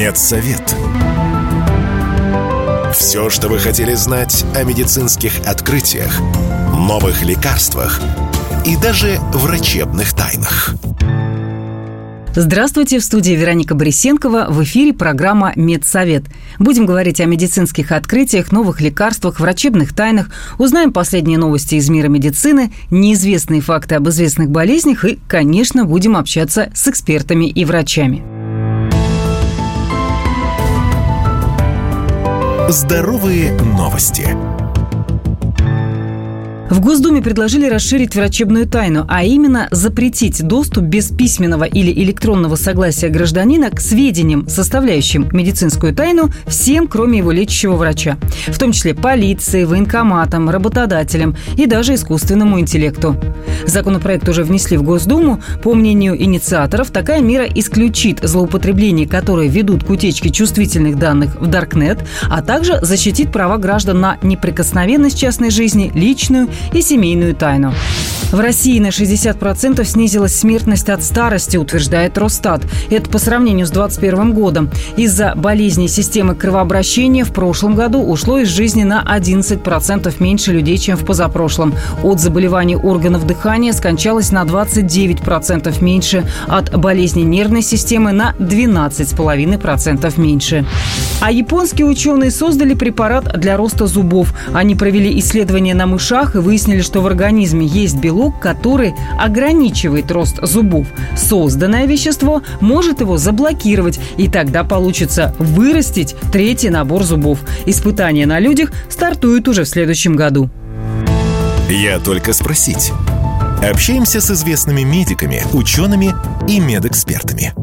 Медсовет. Все, что вы хотели знать о медицинских открытиях, новых лекарствах и даже врачебных тайнах. Здравствуйте, в студии Вероника Борисенкова. В эфире программа «Медсовет». Будем говорить о медицинских открытиях, новых лекарствах, врачебных тайнах. Узнаем последние новости из мира медицины, неизвестные факты об известных болезнях и, конечно, будем общаться с экспертами и врачами. Здоровые новости. В Госдуме предложили расширить врачебную тайну, а именно запретить доступ без письменного или электронного согласия гражданина к сведениям, составляющим медицинскую тайну, всем, кроме его лечащего врача, в том числе полиции, военкоматам, работодателям и даже искусственному интеллекту. Законопроект уже внесли в Госдуму. По мнению инициаторов, такая мера исключит злоупотребления, которые ведут к утечке чувствительных данных в Даркнет, а также защитит права граждан на неприкосновенность частной жизни, личную и семейную тайну. В России на 60% снизилась смертность от старости, утверждает Росстат. Это по сравнению с 2021 годом. Из-за болезней системы кровообращения в прошлом году ушло из жизни на 11% меньше людей, чем в позапрошлом. От заболеваний органов дыхания скончалось на 29% меньше, от болезней нервной системы на 12,5% меньше. А японские ученые создали препарат для роста зубов. Они провели исследования на мышах и выяснили, что в организме есть белок, который ограничивает рост зубов. Созданное вещество может его заблокировать, и тогда получится вырастить третий набор зубов. Испытания на людях стартуют уже в следующем году. Я только спросить. Общаемся с известными медиками, учеными и медэкспертами.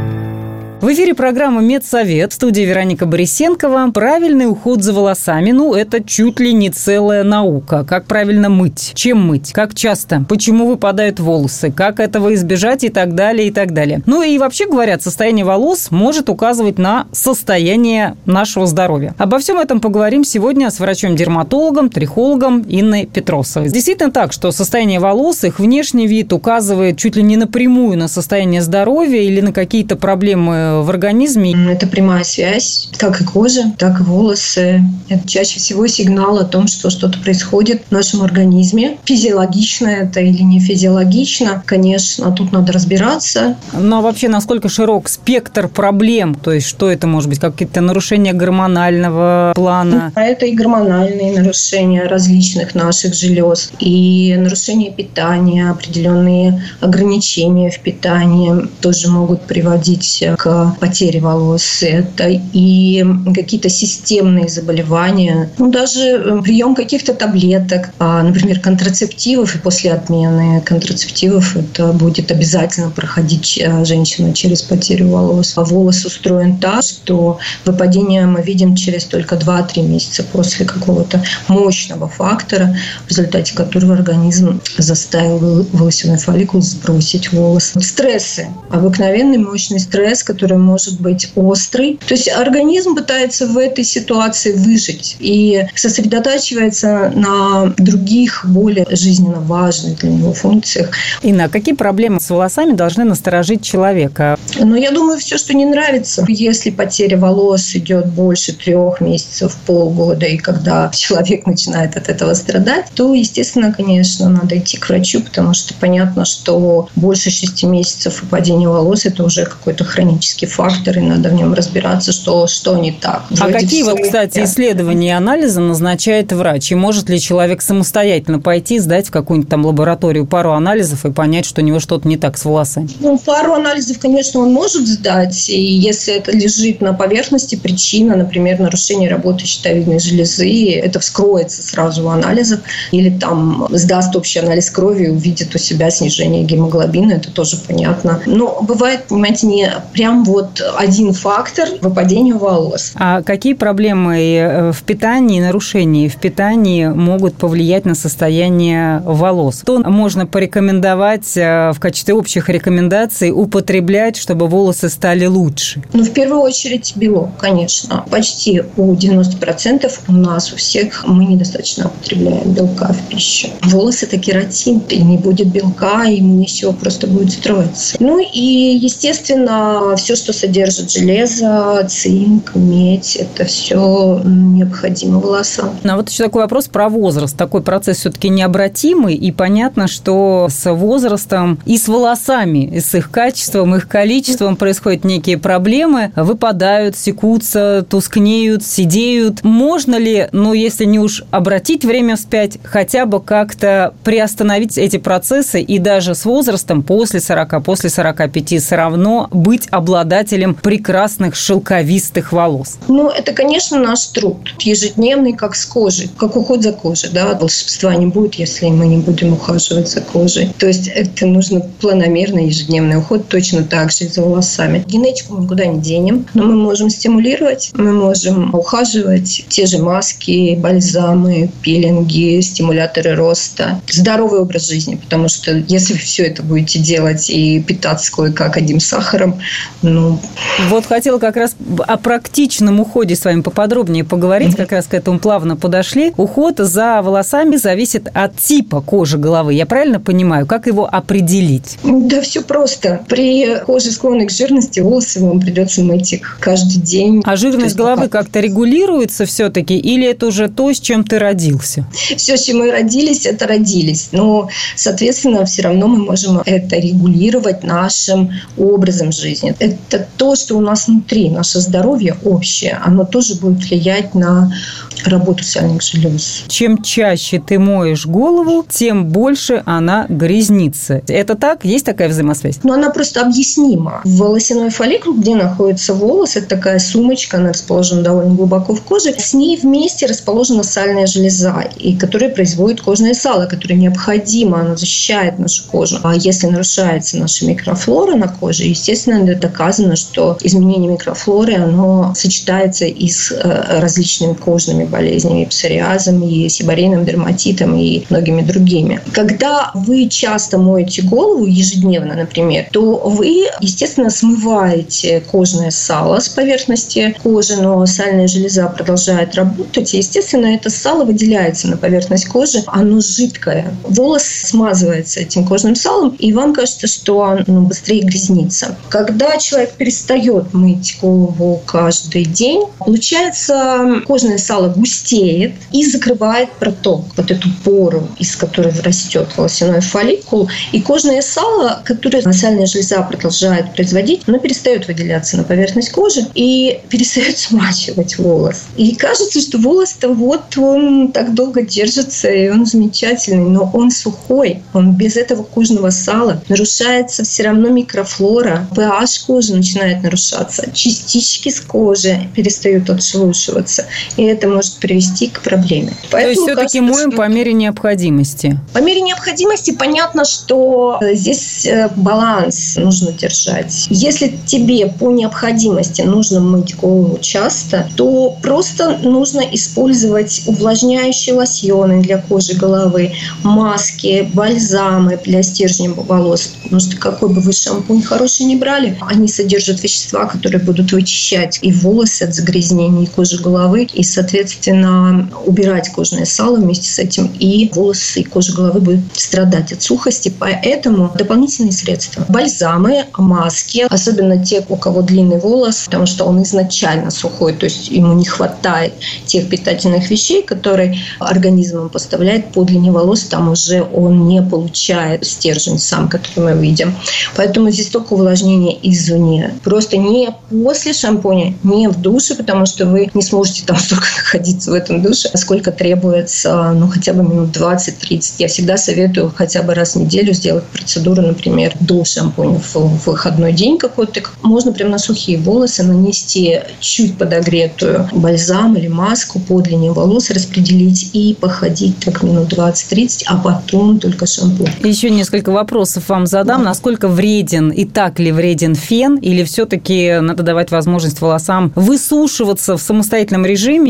В эфире программа «Медсовет», в студии Вероника Борисенкова. Правильный уход за волосами, это чуть ли не целая наука. Как правильно мыть, чем мыть, как часто, почему выпадают волосы, как этого избежать и так далее, и так далее. И вообще, говорят, состояние волос может указывать на состояние нашего здоровья. Обо всем этом поговорим сегодня с врачом-дерматологом, трихологом Инной Петросовой. Действительно так, что состояние волос, их внешний вид указывает чуть ли не напрямую на состояние здоровья или на какие-то проблемы в организме. Это прямая связь, как и кожа, так и волосы. Это чаще всего сигнал о том, что что-то происходит в нашем организме. Физиологично это или не физиологично, конечно, тут надо разбираться. А вообще, насколько широк спектр проблем? То есть, что это может быть? Какие-то нарушения гормонального плана? Это и гормональные нарушения различных наших желез, и нарушения питания, определенные ограничения в питании тоже могут приводить к потери волос. Это и какие-то системные заболевания. Даже прием каких-то таблеток, например, контрацептивов, и после отмены контрацептивов это будет обязательно проходить женщина через потерю волос. А волос устроен так, что выпадение мы видим через только 2-3 месяца после какого-то мощного фактора, в результате которого организм заставил волосяной фолликул сбросить волос. Стрессы. Обыкновенный мощный стресс, который может быть острый. То есть организм пытается в этой ситуации выжить и сосредотачивается на других, более жизненно важных для него функциях. Инна, какие проблемы с волосами должны насторожить человека? Я думаю, все, что не нравится. Если потеря волос идет больше 3 месяцев, полгода, и когда человек начинает от этого страдать, то, естественно, конечно, надо идти к врачу, потому что понятно, что больше 6 месяцев выпадения волос – это уже какой-то хронический фактор, и надо в нем разбираться, что не так. Вроде какие кстати, исследования и анализы назначает врач? И может ли человек самостоятельно пойти, сдать в какую-нибудь там лабораторию пару анализов и понять, что у него что-то не так с волосами? Пару анализов, конечно, он может сдать, и если это лежит на поверхности причина, например, нарушение работы щитовидной железы, это вскроется сразу у анализов, или там сдаст общий анализ крови и увидит у себя снижение гемоглобина, это тоже понятно. Но бывает, понимаете, не прям один фактор выпадения волос. А какие проблемы в питании, нарушения в питании могут повлиять на состояние волос? Что можно порекомендовать в качестве общих рекомендаций употреблять, чтобы волосы стали лучше? В первую очередь белок, конечно. Почти у 90% у нас, у всех, мы недостаточно употребляем белка в пищу. Волосы – это кератин, и не будет белка, и все просто будет строиться. И, естественно, все, все, что содержит железо, цинк, медь, это все необходимо волосам. А вот еще такой вопрос про возраст. Такой процесс все-таки необратимый, и понятно, что с возрастом и с волосами, и с их качеством, их количеством происходят некие проблемы, выпадают, секутся, тускнеют, седеют. Можно ли, если не уж обратить время вспять, хотя бы как-то приостановить эти процессы и даже с возрастом после 40, после 45 все равно быть обладателем прекрасных шелковистых волос? Это, конечно, наш труд. Ежедневный, как с кожей, как уход за кожей. Да? Волшебства не будет, если мы не будем ухаживать за кожей. То есть это нужно планомерный ежедневный уход, точно так же и за волосами. Генетику мы никуда не денем, но мы можем стимулировать, мы можем ухаживать. Те же маски, бальзамы, пилинги, стимуляторы роста. Здоровый образ жизни, потому что если вы все это будете делать и питаться кое-как одним сахаром, Вот хотела как раз о практичном уходе с вами поподробнее поговорить, как раз к этому плавно подошли. Уход за волосами зависит от типа кожи головы. Я правильно понимаю? Как его определить? Да, все просто. При коже, склонной к жирности, волосы вам придется мыть их каждый день. А жирность головы как-то регулируется все-таки? Или это уже то, с чем ты родился? Все, с чем мы родились, это родились. Но, соответственно, все равно мы можем это регулировать нашим образом жизни. Это то, что у нас внутри, наше здоровье общее, оно тоже будет влиять на работу сальных желез. Чем чаще ты моешь голову, тем больше она грязнится. Это так? Есть такая взаимосвязь? Она просто объяснима. Волосяной фолликул, где находится волос, это такая сумочка, она расположена довольно глубоко в коже. С ней вместе расположена сальная железа, которая производит кожное сало, которое необходимо, оно защищает нашу кожу. А если нарушается наша микрофлора на коже, естественно, доказано, что изменение микрофлоры, оно сочетается и с различными кожными болезнями, и псориазом, и сибарейным дерматитом, и многими другими. Когда вы часто моете голову ежедневно, например, то вы, естественно, смываете кожное сало с поверхности кожи, но сальная железа продолжает работать, и, естественно, это сало выделяется на поверхность кожи, оно жидкое. Волос смазывается этим кожным салом, и вам кажется, что он быстрее грязнится. Когда человек перестает мыть голову каждый день, получается, кожное сало густеет и закрывает проток, вот эту пору, из которой растет волосяной фолликул. И кожное сало, которое сальная железа продолжает производить, оно перестает выделяться на поверхность кожи и перестает смачивать волос. И кажется, что волос-то он так долго держится, и он замечательный, но он сухой, он без этого кожного сала. Нарушается все равно микрофлора, pH кожи начинает нарушаться, частички с кожи перестают отшелушиваться, и это может привести к проблеме. Поэтому, то есть все-таки моем по мере необходимости? По мере необходимости понятно, что здесь баланс нужно держать. Если тебе по необходимости нужно мыть голову часто, то просто нужно использовать увлажняющие лосьоны для кожи головы, маски, бальзамы для стержней волос. Потому что какой бы вы шампунь хороший не брали, они содержат вещества, которые будут вычищать и волосы от загрязнений кожи головы, и, соответственно, убирать кожное сало вместе с этим, и волосы и кожа головы будут страдать от сухости. Поэтому дополнительные средства. Бальзамы, маски, особенно те, у кого длинный волос, потому что он изначально сухой, то есть ему не хватает тех питательных вещей, которые организм поставляет по длине волос, там уже он не получает стержень сам, который мы видим. Поэтому здесь только увлажнение извне. Просто не после шампуня, не в душе, потому что вы не сможете там столько находиться в этом душе, сколько требуется, хотя бы минут 20-30. Я всегда советую хотя бы раз в неделю сделать процедуру, например, до шампуня в выходной день какой-то. Можно прям на сухие волосы нанести чуть подогретую бальзам или маску по длине волос, распределить и походить так минут 20-30, а потом только шампунь. Еще несколько вопросов вам задам. Насколько вреден и так ли вреден фен, или все-таки надо давать возможность волосам высушиваться в самостоятельном режиме? Я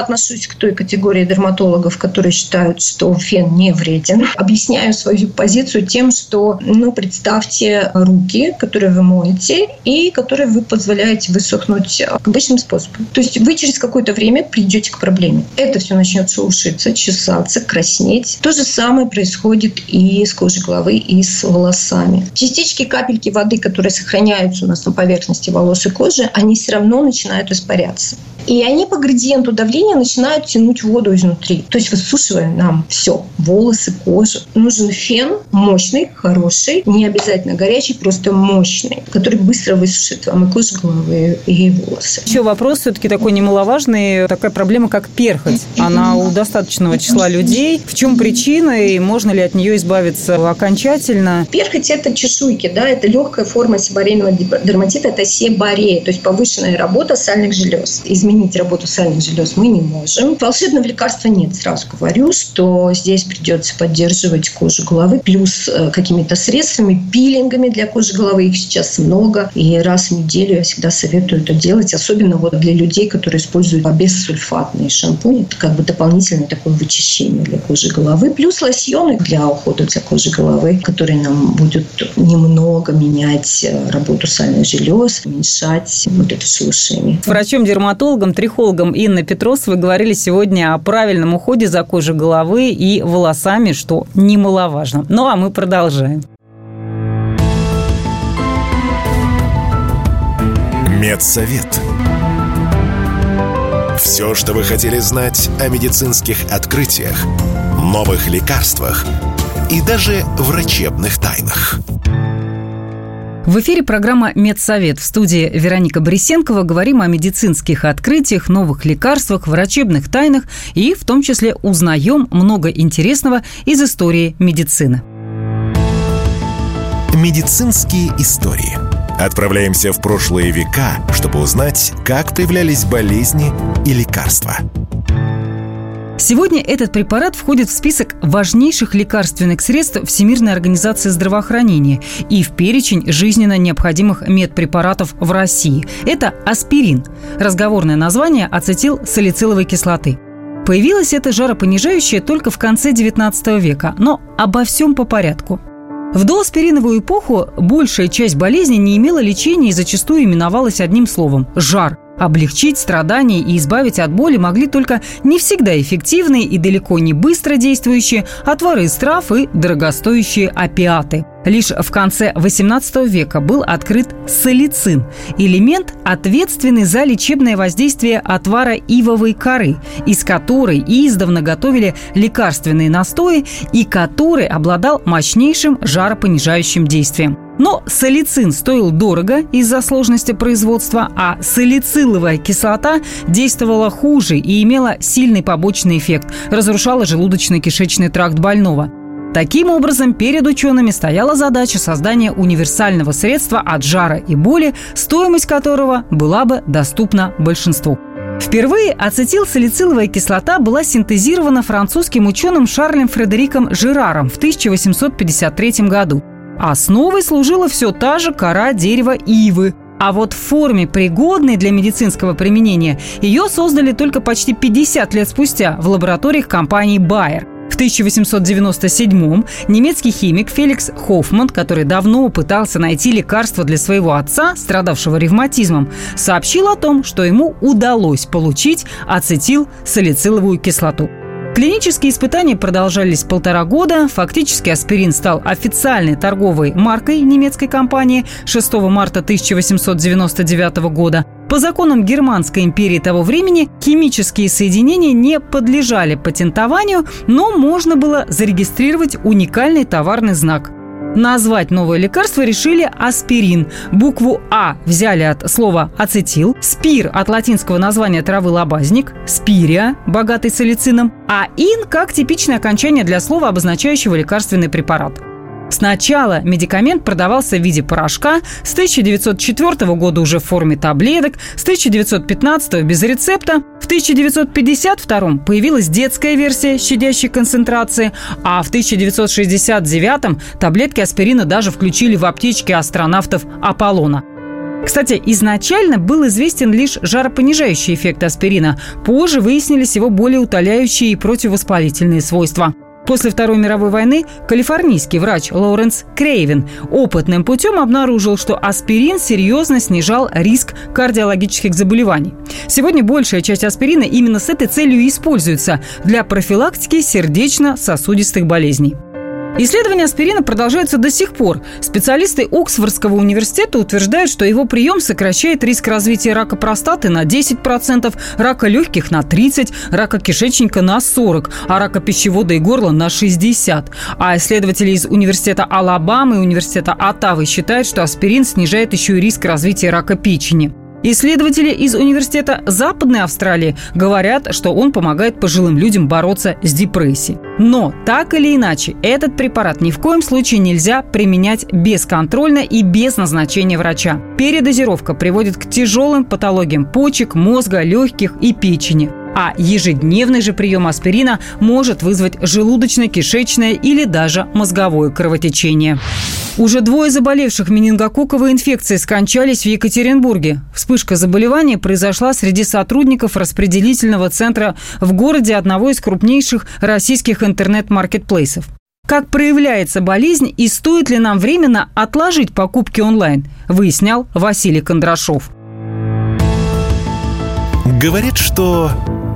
отношусь к той категории дерматологов, которые считают, что фен не вреден. Объясняю свою позицию тем, что, представьте руки, которые вы моете и которые вы позволяете высохнуть обычным способом. То есть вы через какое-то время придете к проблеме. Это все начнет шелушиться, чесаться, краснеть. То же самое происходит и с кожей головы, и с волосами. Частички, капельки воды, которые сохраняются у нас на поверхности волос и кожи, они все равно начинают испаряться. И они по градиенту давления начинают тянуть воду изнутри. То есть высушивая нам все. Волосы, кожу. Нужен фен мощный, хороший, не обязательно горячий, просто мощный, который быстро высушит вам и кожу головы, и волосы. Еще вопрос все-таки такой немаловажный. Такая проблема, как перхоть. Она у достаточного числа людей. В чем причина и можно ли от нее избавиться окончательно? Перхоть – это чешуйки, это легкая форма себорейного дерматита, это себорея, то есть повышенная работа сальных желез. Изменить работу сальных желез мы не можем. Волшебного лекарства нет, сразу говорю, что здесь придется поддерживать кожу головы, плюс какими-то средствами, пилингами для кожи головы, их сейчас много, и раз в неделю я всегда советую это делать, особенно для людей, которые используют бессульфатные шампуни, это дополнительное такое вычищение для кожи головы, плюс лосьоны для ухода за кожей головы, которые нам будут немного менять работу сальных желез, уменьшать это шелушение. С врачом-дерматологом, трихологом Инной Петросовой говорили сегодня о правильном уходе за кожей головы и волосами, что немаловажно. Ну, а мы продолжаем. Медсовет. Все, что вы хотели знать о медицинских открытиях, новых лекарствах и даже врачебных тайнах. В эфире программа «Медсовет». В студии Вероника Борисенкова. Говорим о медицинских открытиях, новых лекарствах, врачебных тайнах и в том числе узнаем много интересного из истории медицины. Медицинские истории. Отправляемся в прошлые века, чтобы узнать, как появлялись болезни и лекарства. Сегодня этот препарат входит в список важнейших лекарственных средств Всемирной организации здравоохранения и в перечень жизненно необходимых медпрепаратов в России. Это аспирин. Разговорное название ацетилсалициловой кислоты. Появилось это жаропонижающее только в конце XIX века, но обо всем по порядку. В доаспириновую эпоху большая часть болезней не имела лечения и зачастую именовалась одним словом – жар. Облегчить страдания и избавить от боли могли только не всегда эффективные и далеко не быстро действующие отвары из трав и дорогостоящие опиаты. Лишь в конце XVIII века был открыт салицин – элемент, ответственный за лечебное воздействие отвара ивовой коры, из которой издавна готовили лекарственные настои и который обладал мощнейшим жаропонижающим действием. Но салицин стоил дорого из-за сложности производства, а салициловая кислота действовала хуже и имела сильный побочный эффект – разрушала желудочно-кишечный тракт больного. Таким образом, перед учеными стояла задача создания универсального средства от жара и боли, стоимость которого была бы доступна большинству. Впервые ацетилсалициловая кислота была синтезирована французским ученым Шарлем Фредериком Жираром в 1853 году. Основой служила все та же кора дерева ивы. А вот в форме, пригодной для медицинского применения, ее создали только почти 50 лет спустя в лабораториях компании Bayer. В 1897-м немецкий химик Феликс Хоффман, который давно пытался найти лекарство для своего отца, страдавшего ревматизмом, сообщил о том, что ему удалось получить ацетилсалициловую кислоту. Клинические испытания продолжались 1,5 года. Фактически аспирин стал официальной торговой маркой немецкой компании 6 марта 1899 года. По законам Германской империи того времени химические соединения не подлежали патентованию, но можно было зарегистрировать уникальный товарный знак. Назвать новое лекарство решили аспирин. Букву «А» взяли от слова «ацетил», «спир» от латинского названия травы лобазник, «спирия», богатый салицином, а «ин» как типичное окончание для слова, обозначающего лекарственный препарат. Сначала медикамент продавался в виде порошка, с 1904 года уже в форме таблеток, с 1915 без рецепта. В 1952 появилась детская версия щадящей концентрации, а в 1969 таблетки аспирина даже включили в аптечки астронавтов Аполлона. Кстати, изначально был известен лишь жаропонижающий эффект аспирина. Позже выяснились его более утоляющие и противовоспалительные свойства. После Второй мировой войны калифорнийский врач Лоуренс Крейвен опытным путем обнаружил, что аспирин серьезно снижал риск кардиологических заболеваний. Сегодня большая часть аспирина именно с этой целью и используется для профилактики сердечно-сосудистых болезней. Исследования аспирина продолжаются до сих пор. Специалисты Оксфордского университета утверждают, что его прием сокращает риск развития рака простаты на 10%, рака легких на 30%, рака кишечника на 40%, а рака пищевода и горла на 60%. А исследователи из университета Алабамы и университета Оттавы считают, что аспирин снижает еще и риск развития рака печени. Исследователи из университета Западной Австралии говорят, что он помогает пожилым людям бороться с депрессией. Но, так или иначе, этот препарат ни в коем случае нельзя применять бесконтрольно и без назначения врача. Передозировка приводит к тяжелым патологиям почек, мозга, легких и печени. А ежедневный же прием аспирина может вызвать желудочно-кишечное или даже мозговое кровотечение. Уже 2 заболевших менингококковой инфекцией скончались в Екатеринбурге. Вспышка заболевания произошла среди сотрудников распределительного центра в городе одного из крупнейших российских интернет-маркетплейсов. Как проявляется болезнь и стоит ли нам временно отложить покупки онлайн, выяснял Василий Кондрашов. Говорят, что...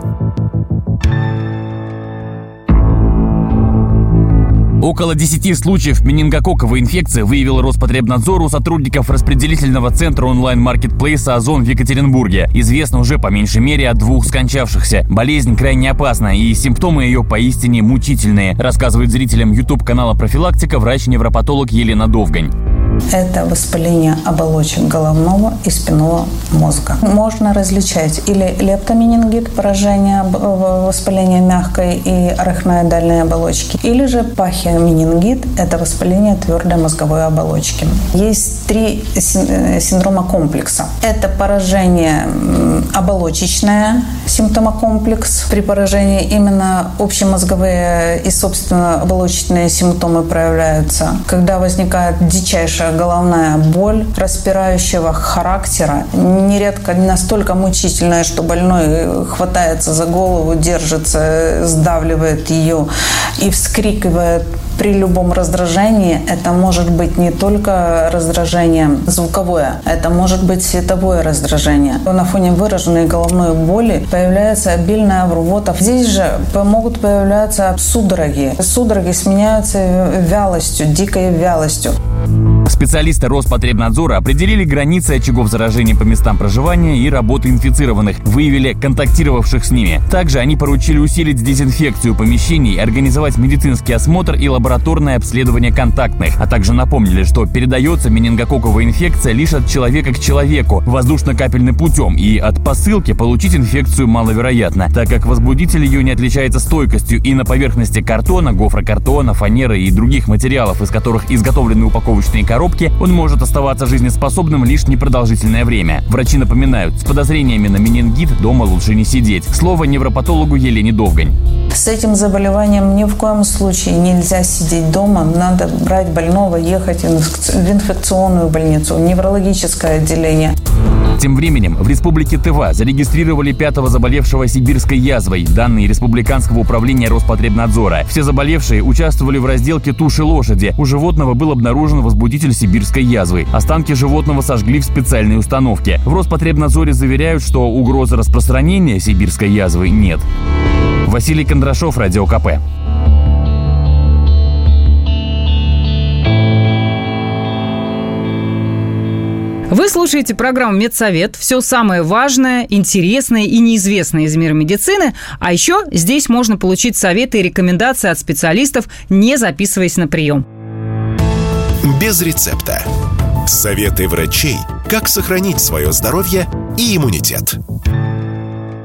Около 10 случаев менингококковой инфекции выявил Роспотребнадзор у сотрудников распределительного центра онлайн-маркетплейса «Озон» в Екатеринбурге. Известно уже по меньшей мере о 2 скончавшихся. Болезнь крайне опасна, и симптомы ее поистине мучительные, рассказывает зрителям YouTube-канала «Профилактика» врач-невропатолог Елена Довгань. Это воспаление оболочек головного и спинного мозга. Можно различать или лептоменингит, поражение воспаления мягкой и арахноидальной оболочки, или же пахиоменингит, это воспаление твердой мозговой оболочки. Есть 3 синдрома комплекса. Это поражение оболочечное, симптомокомплекс. При поражении именно общемозговые и, собственно, оболочечные симптомы проявляются. Когда возникает дичайшая головная боль распирающего характера, нередко настолько мучительная, что больной хватается за голову, держится, сдавливает ее и вскрикивает при любом раздражении. Это может быть не только раздражение звуковое, это может быть световое раздражение. На фоне выраженной головной боли появляется обильная рвота. Здесь же могут появляться судороги. Судороги сменяются вялостью, дикой вялостью. Специалисты Роспотребнадзора определили границы очагов заражения по местам проживания и работы инфицированных, выявили контактировавших с ними. Также они поручили усилить дезинфекцию помещений, организовать медицинский осмотр и лабораторное обследование контактных, а также напомнили, что передается менингококковая инфекция лишь от человека к человеку воздушно-капельным путем, и от посылки получить инфекцию маловероятно, так как возбудитель ее не отличается стойкостью, и на поверхности картона, гофрокартона, фанеры и других материалов, из которых изготовлены упаковочные коробки, он может оставаться жизнеспособным лишь непродолжительное время. Врачи напоминают, с подозрениями на менингит дома лучше не сидеть. Слово невропатологу Елене Довгань. С этим заболеванием ни в коем случае нельзя сидеть дома. Надо брать больного, ехать в инфекционную больницу, в неврологическое отделение. Тем временем в республике Тыва зарегистрировали 5-го заболевшего сибирской язвой. Данные Республиканского управления Роспотребнадзора. Все заболевшие участвовали в разделке туши лошади. У животного был обнаружен возбудитель сибирской язвы. Останки животного сожгли в специальной установке. В Роспотребнадзоре заверяют, что угрозы распространения сибирской язвы нет. Василий Кондрашов, Радио КП. Вы слушаете программу «Медсовет». Все самое важное, интересное и неизвестное из мира медицины. А еще здесь можно получить советы и рекомендации от специалистов, не записываясь на прием. Без рецепта. Советы врачей, как сохранить свое здоровье и иммунитет.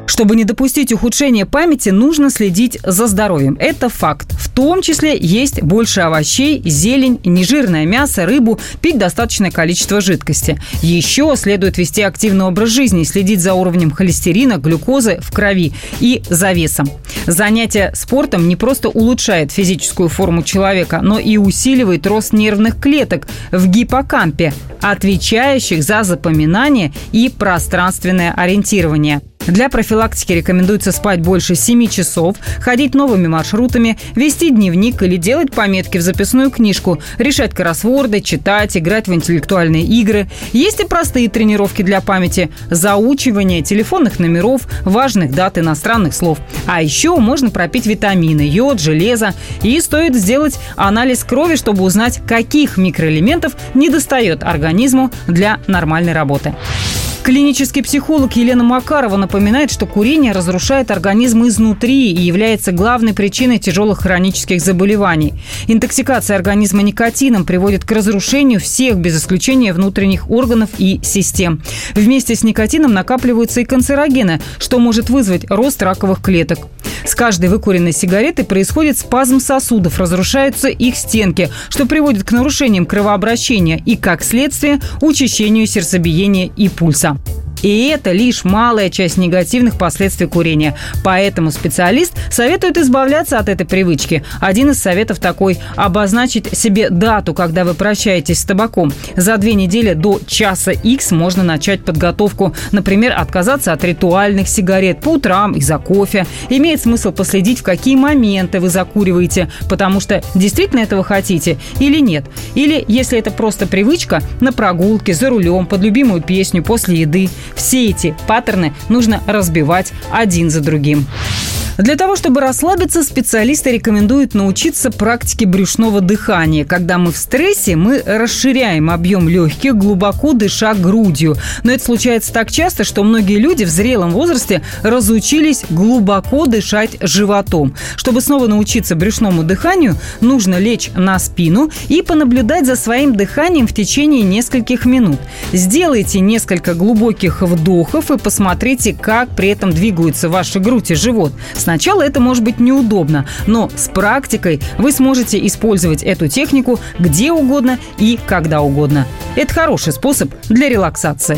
Чтобы не допустить ухудшения памяти, нужно следить за здоровьем. Это факт. В том числе есть больше овощей, зелень, нежирное мясо, рыбу, пить достаточное количество жидкости. Еще следует вести активный образ жизни, следить за уровнем холестерина, глюкозы в крови и за весом. Занятие спортом не просто улучшает физическую форму человека, но и усиливает рост нервных клеток в гиппокампе, отвечающих за запоминание и пространственное ориентирование. Для профилактики рекомендуется спать больше 7 часов, ходить новыми маршрутами, вести дневник или делать пометки в записную книжку, решать кроссворды, читать, играть в интеллектуальные игры. Есть и простые тренировки для памяти – заучивание телефонных номеров, важных дат иностранных слов. А еще можно пропить витамины, йод, железо. И стоит сделать анализ крови, чтобы узнать, каких микроэлементов недостает организму для нормальной работы. Клинический психолог Елена Макарова напоминает, что курение разрушает организм изнутри и является главной причиной тяжелых хронических заболеваний. Интоксикация организма никотином приводит к разрушению всех, без исключения, внутренних органов и систем. Вместе с никотином накапливаются и канцерогены, что может вызвать рост раковых клеток. С каждой выкуренной сигаретой происходит спазм сосудов, разрушаются их стенки, что приводит к нарушениям кровообращения и, как следствие, учащению сердцебиения и пульса. И это лишь малая часть негативных последствий курения. Поэтому специалист советует избавляться от этой привычки. Один из советов такой – обозначить себе дату, когда вы прощаетесь с табаком. За 2 недели до часа X можно начать подготовку. Например, отказаться от ритуальных сигарет по утрам из-за кофе. Имеет смысл последить, в какие моменты вы закуриваете, потому что действительно этого хотите или нет. Или, если это просто привычка, на прогулке, за рулем, под любимую песню, после еды. Все эти паттерны нужно разбивать один за другим. Для того, чтобы расслабиться, специалисты рекомендуют научиться практике брюшного дыхания. Когда мы в стрессе, мы расширяем объем легких, глубоко дыша грудью. Но это случается так часто, что многие люди в зрелом возрасте разучились глубоко дышать животом. Чтобы снова научиться брюшному дыханию, нужно лечь на спину и понаблюдать за своим дыханием в течение нескольких минут. Сделайте несколько глубоких вдохов и посмотрите, как при этом двигаются ваша грудь и живот. Сначала это может быть неудобно, но с практикой вы сможете использовать эту технику где угодно и когда угодно. Это хороший способ для релаксации.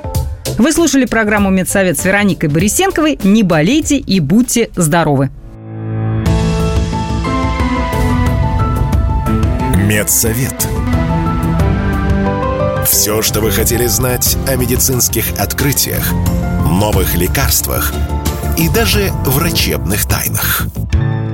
Вы слушали программу «Медсовет» с Вероникой Борисенковой. Не болейте и будьте здоровы! Медсовет. Все, что вы хотели знать о медицинских открытиях, новых лекарствах и даже врачебных тайнах.